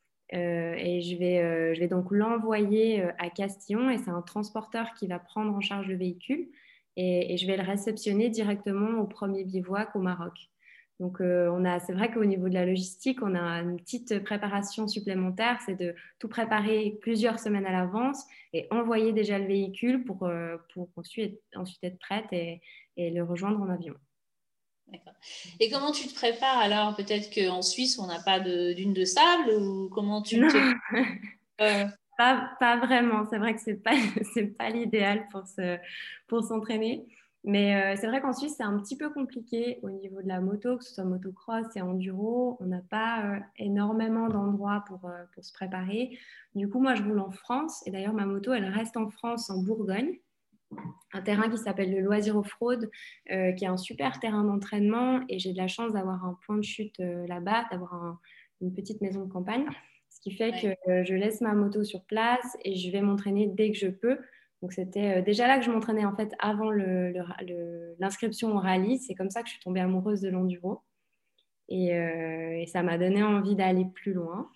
euh, et je vais, euh, je vais donc l'envoyer euh, à Castillon et c'est un transporteur qui va prendre en charge le véhicule et, et je vais le réceptionner directement au premier bivouac au Maroc. Donc, euh, on a, c'est vrai qu'au niveau de la logistique, on a une petite préparation supplémentaire, c'est de tout préparer plusieurs semaines à l'avance et envoyer déjà le véhicule pour, euh, pour ensuite, ensuite être prête et, et le rejoindre en avion. D'accord. Et comment tu te prépares alors? Peut-être qu'en Suisse, on n'a pas de dune de sable ou comment tu te... Euh... Pas, pas vraiment. C'est vrai que c'est pas, c'est pas l'idéal pour, se, pour s'entraîner. Mais euh, c'est vrai qu'en Suisse, c'est un petit peu compliqué au niveau de la moto, que ce soit motocross et enduro. On n'a pas euh, énormément d'endroits pour, euh, pour se préparer. Du coup, moi, je roule en France. Et d'ailleurs, ma moto, elle reste en France, en Bourgogne. Un terrain qui s'appelle le Loisir Off-Road, euh, qui est un super terrain d'entraînement. Et j'ai de la chance d'avoir un point de chute euh, là-bas, d'avoir un, une petite maison de campagne. Ce qui fait ouais. que euh, je laisse ma moto sur place et je vais m'entraîner dès que je peux. Donc, c'était euh, déjà là que je m'entraînais en fait avant le, le, le, l'inscription au rallye. C'est comme ça que je suis tombée amoureuse de l'enduro. Et, euh, et ça m'a donné envie d'aller plus loin.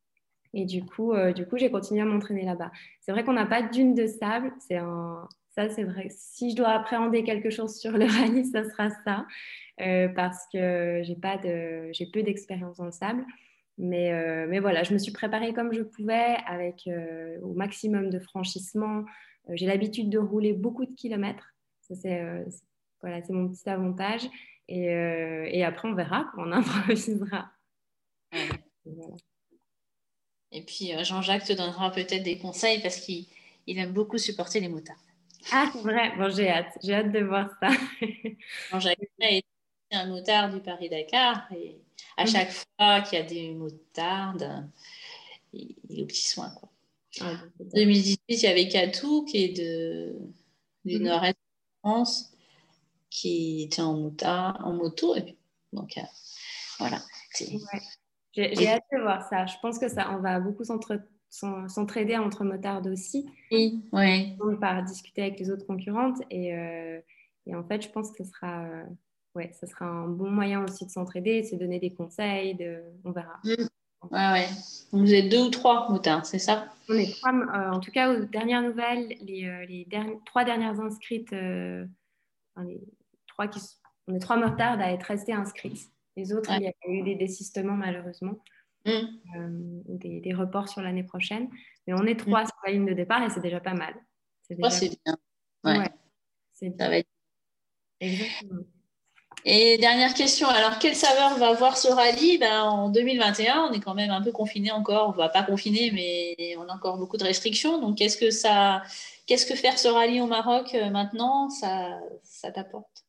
Et du coup, euh, du coup j'ai continué à m'entraîner là-bas. C'est vrai qu'on n'a pas de dune de sable. C'est un... Ça, c'est vrai. Si je dois appréhender quelque chose sur le rallye, ça sera ça. Euh, parce que j'ai, pas de... j'ai peu d'expérience dans le sable. Mais, euh, mais voilà, je me suis préparée comme je pouvais avec euh, au maximum de franchissement. Euh, j'ai l'habitude de rouler beaucoup de kilomètres. Ça, c'est, euh, c'est, voilà, c'est mon petit avantage. Et, euh, et après, on verra, on improvisera. Ouais. Et, voilà. Et puis, euh, Jean-Jacques te donnera peut-être des conseils parce qu'il il aime beaucoup supporter les motards. Ah, c'est vrai. Bon, j'ai hâte. J'ai hâte de voir ça. Jean-Jacques est un motard du Paris-Dakar et à chaque fois qu'il y a des motardes, il est au petit soin, quoi. En deux mille dix-huit, il y avait Katou qui est de, du mm-hmm. nord-est de France qui était en, motard, en moto. Et puis, donc, euh, voilà. Ouais. J'ai, j'ai hâte de voir ça. Je pense que ça, on va beaucoup s'entre, s'entraider entre motards aussi. Oui, oui. On va discuter avec les autres concurrentes. Et, euh, et en fait, je pense que ce sera, euh, ouais, ce sera un bon moyen aussi de s'entraider, de se donner des conseils. De, on verra. Mm. Ouais, ouais. Donc, vous êtes deux ou trois motards, c'est ça? On est trois, euh, en tout cas, aux dernières nouvelles, les, euh, les derni- trois dernières inscrites, euh, enfin, les trois qui, on est trois motards à être restées inscrites. Les autres, ouais. Il y a eu des désistements malheureusement, mm. euh, des, des reports sur l'année prochaine. Mais on est trois mm. sur la ligne de départ et c'est déjà pas mal. C'est, déjà... oh, c'est bien. Ouais. Ouais, c'est bien. Ça va être... Exactement. Et dernière question, alors quelle saveur va avoir ce rallye? Ben, en deux mille vingt et un, on est quand même un peu confiné encore. On ne va pas confiner, mais on a encore beaucoup de restrictions. Donc, qu'est-ce que, ça... qu'est-ce que faire ce rallye au Maroc euh, maintenant, ça, ça t'apporte?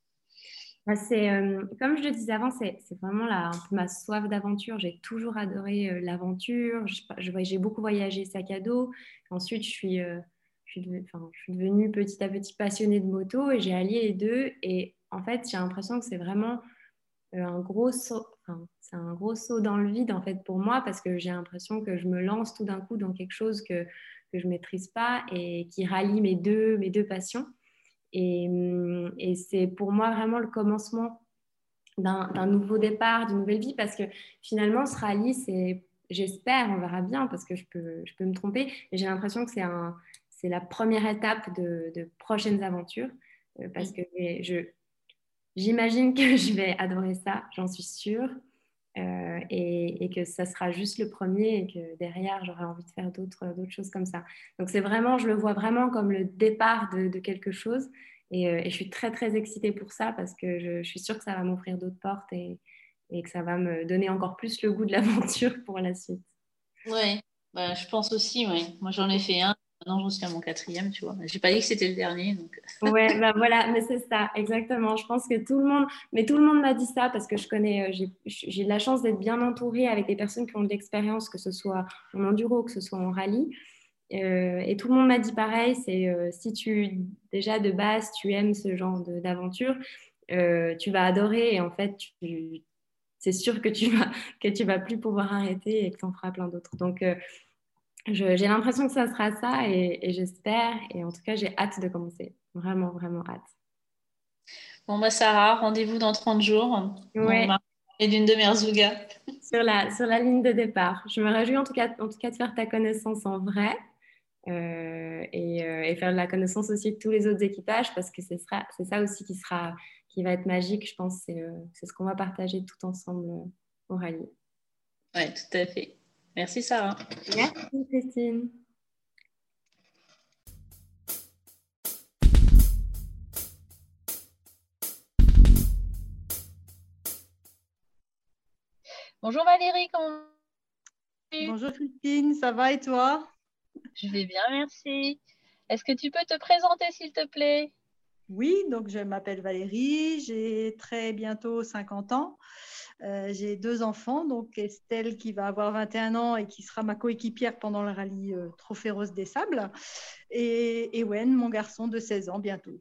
C'est, euh, comme je le disais avant, c'est, c'est vraiment la, un peu ma soif d'aventure. J'ai toujours adoré euh, l'aventure. Je, je, j'ai beaucoup voyagé sac à dos. Ensuite, je suis, euh, je, suis devenue, enfin, je suis devenue petit à petit passionnée de moto et j'ai allié les deux. Et en fait, j'ai l'impression que c'est vraiment euh, un gros saut, enfin, c'est un gros saut dans le vide en fait pour moi parce que j'ai l'impression que je me lance tout d'un coup dans quelque chose que, que je ne maîtrise pas et qui rallie mes deux, mes deux passions. Et, et c'est pour moi vraiment le commencement d'un, d'un nouveau départ, d'une nouvelle vie, parce que finalement, ce rallye, c'est, j'espère, on verra bien, parce que je peux, je peux me tromper, mais j'ai l'impression que c'est, un, c'est la première étape de, de prochaines aventures, euh, parce que je, j'imagine que je vais adorer ça, j'en suis sûre, euh, et, et que ça sera juste le premier, et que derrière, j'aurai envie de faire d'autres, d'autres choses comme ça. Donc, c'est vraiment, je le vois vraiment comme le départ de, de quelque chose. Et, euh, et je suis très, très excitée pour ça parce que je, je suis sûre que ça va m'offrir d'autres portes et, et que ça va me donner encore plus le goût de l'aventure pour la suite. Ouais, bah, je pense aussi, ouais. Moi, j'en ai fait un. Maintenant, j'en suis à mon quatrième, tu vois. J'ai pas dit que c'était le dernier. Donc... Ouais, bah voilà, mais c'est ça, exactement. Je pense que tout le monde, mais tout le monde m'a dit ça parce que je connais, euh, j'ai, j'ai de la chance d'être bien entourée avec des personnes qui ont de l'expérience, que ce soit en enduro, que ce soit en rallye. Euh, et tout le monde m'a dit pareil, c'est euh, si tu, déjà de base, tu aimes ce genre de, d'aventure, euh, tu vas adorer et en fait, tu, c'est sûr que tu vas, que tu vas plus pouvoir arrêter et que tu en feras plein d'autres. Donc, euh, je, j'ai l'impression que ça sera ça et, et j'espère. Et en tout cas, j'ai hâte de commencer. Vraiment, vraiment hâte. Bon, bah, Sarah, rendez-vous dans trente jours. Ouais. On va parler d'une de Merzouga. Sur la, sur la ligne de départ. Je me réjouis en tout cas, en tout cas de faire ta connaissance en vrai euh, et, euh, et faire de la connaissance aussi de tous les autres équipages parce que ce sera, c'est ça aussi qui, sera, qui va être magique, je pense. C'est, euh, c'est ce qu'on va partager tout ensemble euh, au rallye. Oui, tout à fait. Merci, Sarah. Merci, Christine. Bonjour Valérie, comment vas-tu? Bonjour Christine, ça va et toi? Je vais bien, merci. Est-ce que tu peux te présenter s'il te plaît? Oui, donc je m'appelle Valérie, j'ai très bientôt cinquante ans. Euh, j'ai deux enfants, donc Estelle qui va avoir vingt et un ans et qui sera ma coéquipière pendant le rallye euh, Trophée Rose des Sables, et Ewen, mon garçon de seize ans bientôt.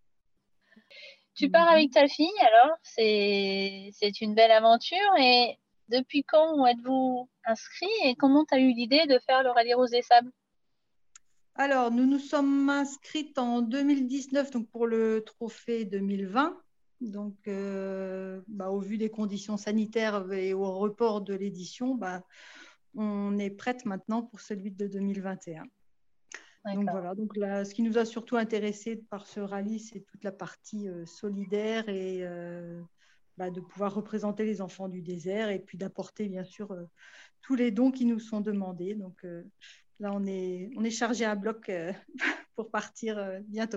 Tu pars avec ta fille alors? C'est, c'est une belle aventure. Et depuis quand êtes-vous inscrit et comment tu as eu l'idée de faire le rallye Rose des Sables? Alors, nous nous sommes inscrites en deux mille dix-neuf donc pour le trophée deux mille vingt. Donc, euh, bah, au vu des conditions sanitaires et au report de l'édition, bah, on est prête maintenant pour celui de deux mille vingt et un. D'accord. Donc voilà, donc là, ce qui nous a surtout intéressé par ce rallye, c'est toute la partie euh, solidaire et euh, bah, de pouvoir représenter les enfants du désert et puis d'apporter bien sûr euh, tous les dons qui nous sont demandés. Donc euh, là, on est, on est chargé à bloc euh, pour partir euh, bientôt.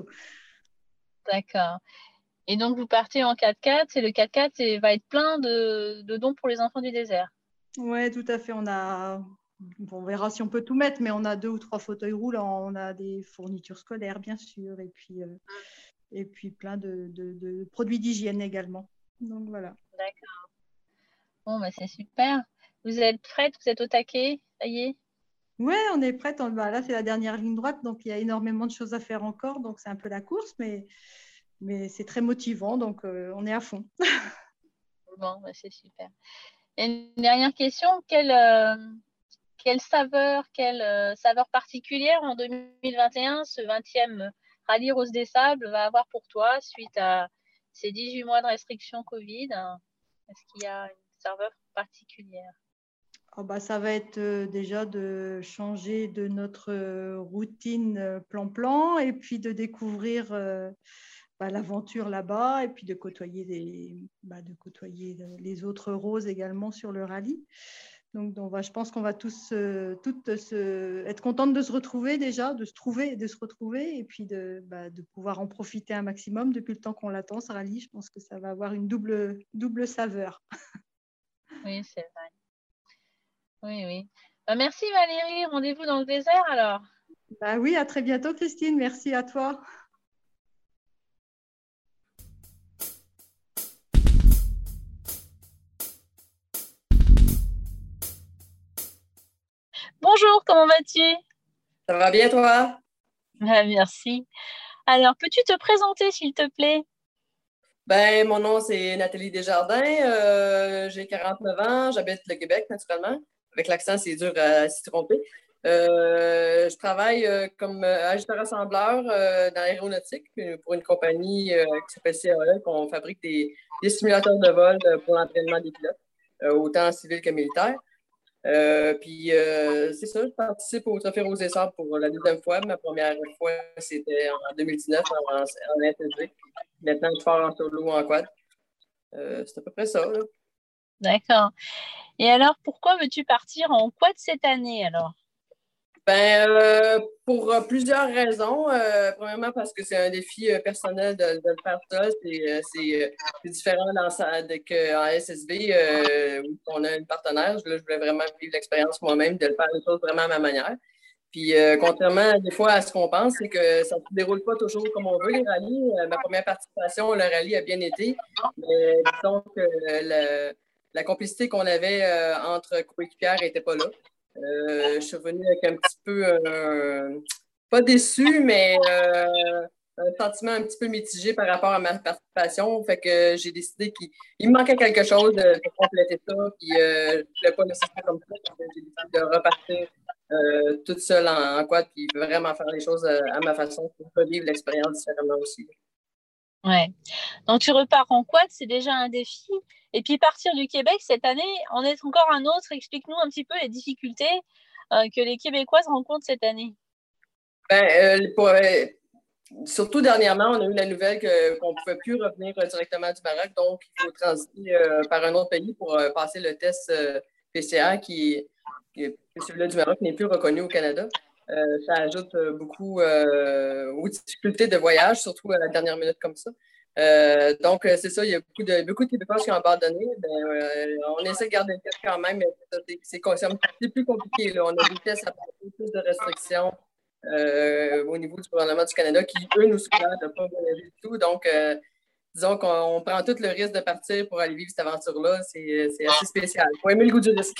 D'accord. Et donc, vous partez en quatre-quatre et le quatre-quatre et va être plein de, de dons pour les enfants du désert. Oui, tout à fait. On a, bon, on verra si on peut tout mettre, mais on a deux ou trois fauteuils roulants, on a des fournitures scolaires, bien sûr, et puis, euh, et puis plein de, de, de produits d'hygiène également. Donc voilà. D'accord. Bon, bah, c'est super. Vous êtes prête? Vous êtes au taquet? Ça y est? Oui, on est prête. On, bah, là, c'est la dernière ligne droite, donc il y a énormément de choses à faire encore. Donc c'est un peu la course, mais, mais c'est très motivant, donc euh, on est à fond. Bon, bah, c'est super. Et une dernière question, quelle, euh, quelle saveur, quelle euh, saveur particulière en deux mille vingt et un, ce vingtième rallye Rose des Sables va avoir pour toi suite à ces dix-huit mois de restrictions Covid? Est-ce qu'il y a une saveur particulière? Oh bah, ça va être euh, déjà de changer de notre euh, routine euh, plan-plan et puis de découvrir euh, bah, l'aventure là-bas et puis de côtoyer, des, bah, de côtoyer les autres roses également sur le rallye. Donc, donc bah, je pense qu'on va tous euh, toutes se, être contentes de se retrouver déjà, de se trouver et de se retrouver et puis de, bah, de pouvoir en profiter un maximum depuis le temps qu'on l'attend, ce rallye. Je pense que ça va avoir une double, double saveur. Oui, c'est vrai. Oui, oui. Bah, merci Valérie. Rendez-vous dans le désert alors. Bah oui, à très bientôt Christine. Merci à toi. Bonjour, comment vas-tu? Ça va bien toi? Ah, merci. Alors, peux-tu te présenter s'il te plaît? Ben, mon nom, c'est Nathalie Desjardins. Euh, j'ai quarante-neuf ans. J'habite le Québec, naturellement. Avec l'accent, c'est dur à s'y tromper. Euh, je travaille euh, comme ajusteur-assembleur euh, dans l'aéronautique pour une compagnie euh, qui s'appelle C A E, qu'on fabrique des, des simulateurs de vol pour l'entraînement des pilotes, euh, autant civil que militaire. Euh, puis, euh, c'est ça, je participe au Trophée Rose des Sables pour la deuxième fois. Ma première fois, c'était en deux mille dix-neuf en, en intégré. Maintenant, je pars en solo ou en quad. Euh, c'est à peu près ça. Là. D'accord. Et alors, pourquoi veux-tu partir en quad cette année alors? Ben, euh, pour euh, plusieurs raisons. Euh, premièrement, parce que c'est un défi euh, personnel de, de le faire ça. C'est, euh, c'est, euh, c'est différent dans sa, de, qu'en S S B, euh, où on a une partenaire. Là, je voulais vraiment vivre l'expérience moi-même, de le faire les choses vraiment à ma manière. Puis, euh, contrairement des fois à ce qu'on pense, c'est que ça ne se déroule pas toujours comme on veut, les rallyes. Euh, ma première participation, le rallye a bien été. Mais disons que le, la complicité qu'on avait euh, entre coéquipières n'était pas là. Euh, je suis revenue avec un petit peu, euh, pas déçue, mais euh, un sentiment un petit peu mitigé par rapport à ma participation. Fait que j'ai décidé qu'il il me manquait quelque chose pour compléter ça. Puis euh, je ne voulais pas laisser ça comme ça. J'ai décidé de repartir euh, toute seule en, en quad, puis vraiment faire les choses à, à ma façon pour revivre l'expérience différemment aussi. Ouais. Donc tu repars en quad, c'est déjà un défi. Et puis partir du Québec cette année, en est encore un autre. Explique-nous un petit peu les difficultés euh, que les Québécoises rencontrent cette année. Ben, euh, pour, euh, surtout dernièrement, on a eu la nouvelle que, qu'on ne pouvait plus revenir directement du Maroc, donc il faut transiter euh, par un autre pays pour euh, passer le test euh, P C R qui, qui celui-là du Maroc n'est plus reconnu au Canada. Euh, ça ajoute beaucoup euh, aux difficultés de voyage, surtout à la dernière minute comme ça. Euh, donc, c'est ça, il y a beaucoup de, beaucoup de Québécois qui ont abandonné. Ben, euh, on essaie de garder le test quand même, mais c'est, c'est, c'est un petit peu plus compliqué. Là. On a des tests à passer, plus de restrictions euh, au niveau du gouvernement du Canada qui, eux, nous suggèrent de ne pas voyager du tout. Donc, euh, disons qu'on prend tout le risque de partir pour aller vivre cette aventure-là. C'est, c'est assez spécial. Il faut aimer le goût du risque.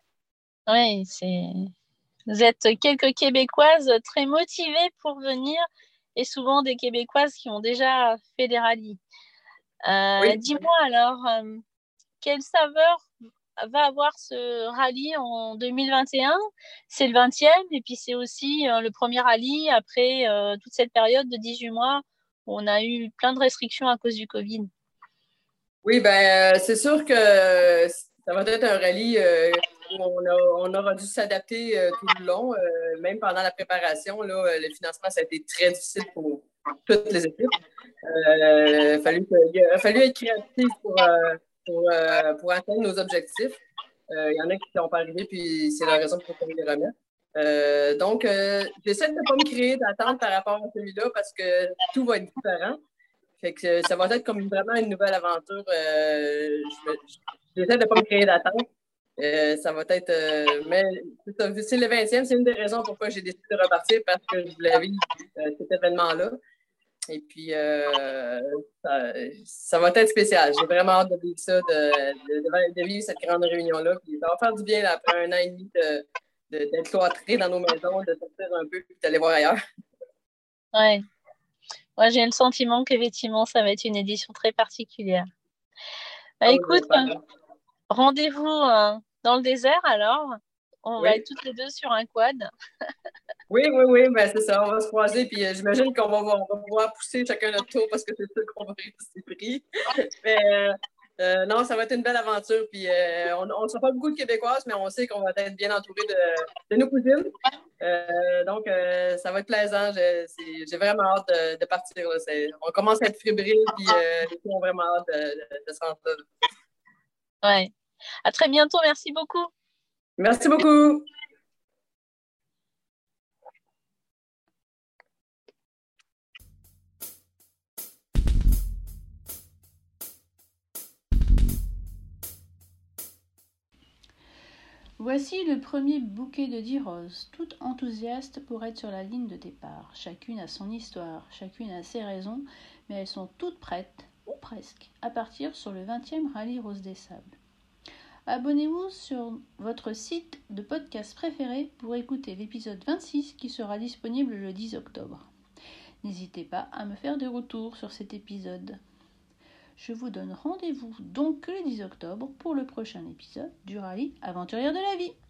Oui, c'est... Vous êtes quelques Québécoises très motivées pour venir et souvent des Québécoises qui ont déjà fait des rallyes. Euh, oui. Dis-moi alors, euh, quelle saveur va avoir ce rallye en deux mille vingt et un? C'est le vingtième et puis c'est aussi euh, le premier rallye après euh, toute cette période de dix-huit mois où on a eu plein de restrictions à cause du Covid. Oui, ben euh, c'est sûr que ça va être un rallye euh, où on, a, on aura dû s'adapter euh, tout le long. Euh, même pendant la préparation, là, le financement, ça a été très difficile pour toutes les équipes. Euh, fallu que, il a fallu être créatif pour, euh, pour, euh, pour atteindre nos objectifs. Euh, il y en a qui ne sont pas arrivés, puis c'est la raison pour laquelle on les remet. Euh, donc, euh, j'essaie de ne pas me créer d'attente par rapport à celui-là parce que tout va être différent. Fait que ça va être comme vraiment une nouvelle aventure. Euh, je, j'essaie de ne pas me créer d'attente. Euh, ça va être. Euh, mais c'est, c'est le vingtième, c'est une des raisons pourquoi j'ai décidé de repartir parce que je voulais vivre euh, cet événement-là. Et puis, euh, ça, ça va être spécial. J'ai vraiment hâte de vivre ça, de, de, de vivre cette grande réunion-là. Puis ça va faire du bien là, après un an et demi de, de, d'être cloîtrés dans nos maisons, de sortir un peu et d'aller voir ailleurs. Ouais. Moi, j'ai le sentiment qu'effectivement, ça va être une édition très particulière. Bah, oh, écoute, euh, rendez-vous euh, dans le désert alors. On oui. va être toutes les deux sur un quad. Oui, oui, oui, ben c'est ça, on va se croiser, puis euh, j'imagine qu'on va, on va pouvoir pousser chacun notre tour parce que c'est sûr qu'on va rester pris. Mais euh, euh, non, ça va être une belle aventure, puis euh, on ne sera pas beaucoup de Québécoises, mais on sait qu'on va être bien entouré de, de nos cousines. Euh, donc, euh, ça va être plaisant. Je, c'est, j'ai vraiment hâte de, de partir. Là. C'est, on commence à être fébrile, puis euh, les filles ont vraiment hâte de, de, de se rendre là. Ouais. À très bientôt. Merci beaucoup. Merci beaucoup. Voici le premier bouquet de dix roses, toutes enthousiastes pour être sur la ligne de départ. Chacune a son histoire, chacune a ses raisons, mais elles sont toutes prêtes, ou presque, à partir sur le vingtième Rallye Rose des Sables. Abonnez-vous sur votre site de podcast préféré pour écouter l'épisode vingt-six qui sera disponible le dix octobre. N'hésitez pas à me faire des retours sur cet épisode. Je vous donne rendez-vous donc le dix octobre pour le prochain épisode du Rallye Aventurière de la Vie.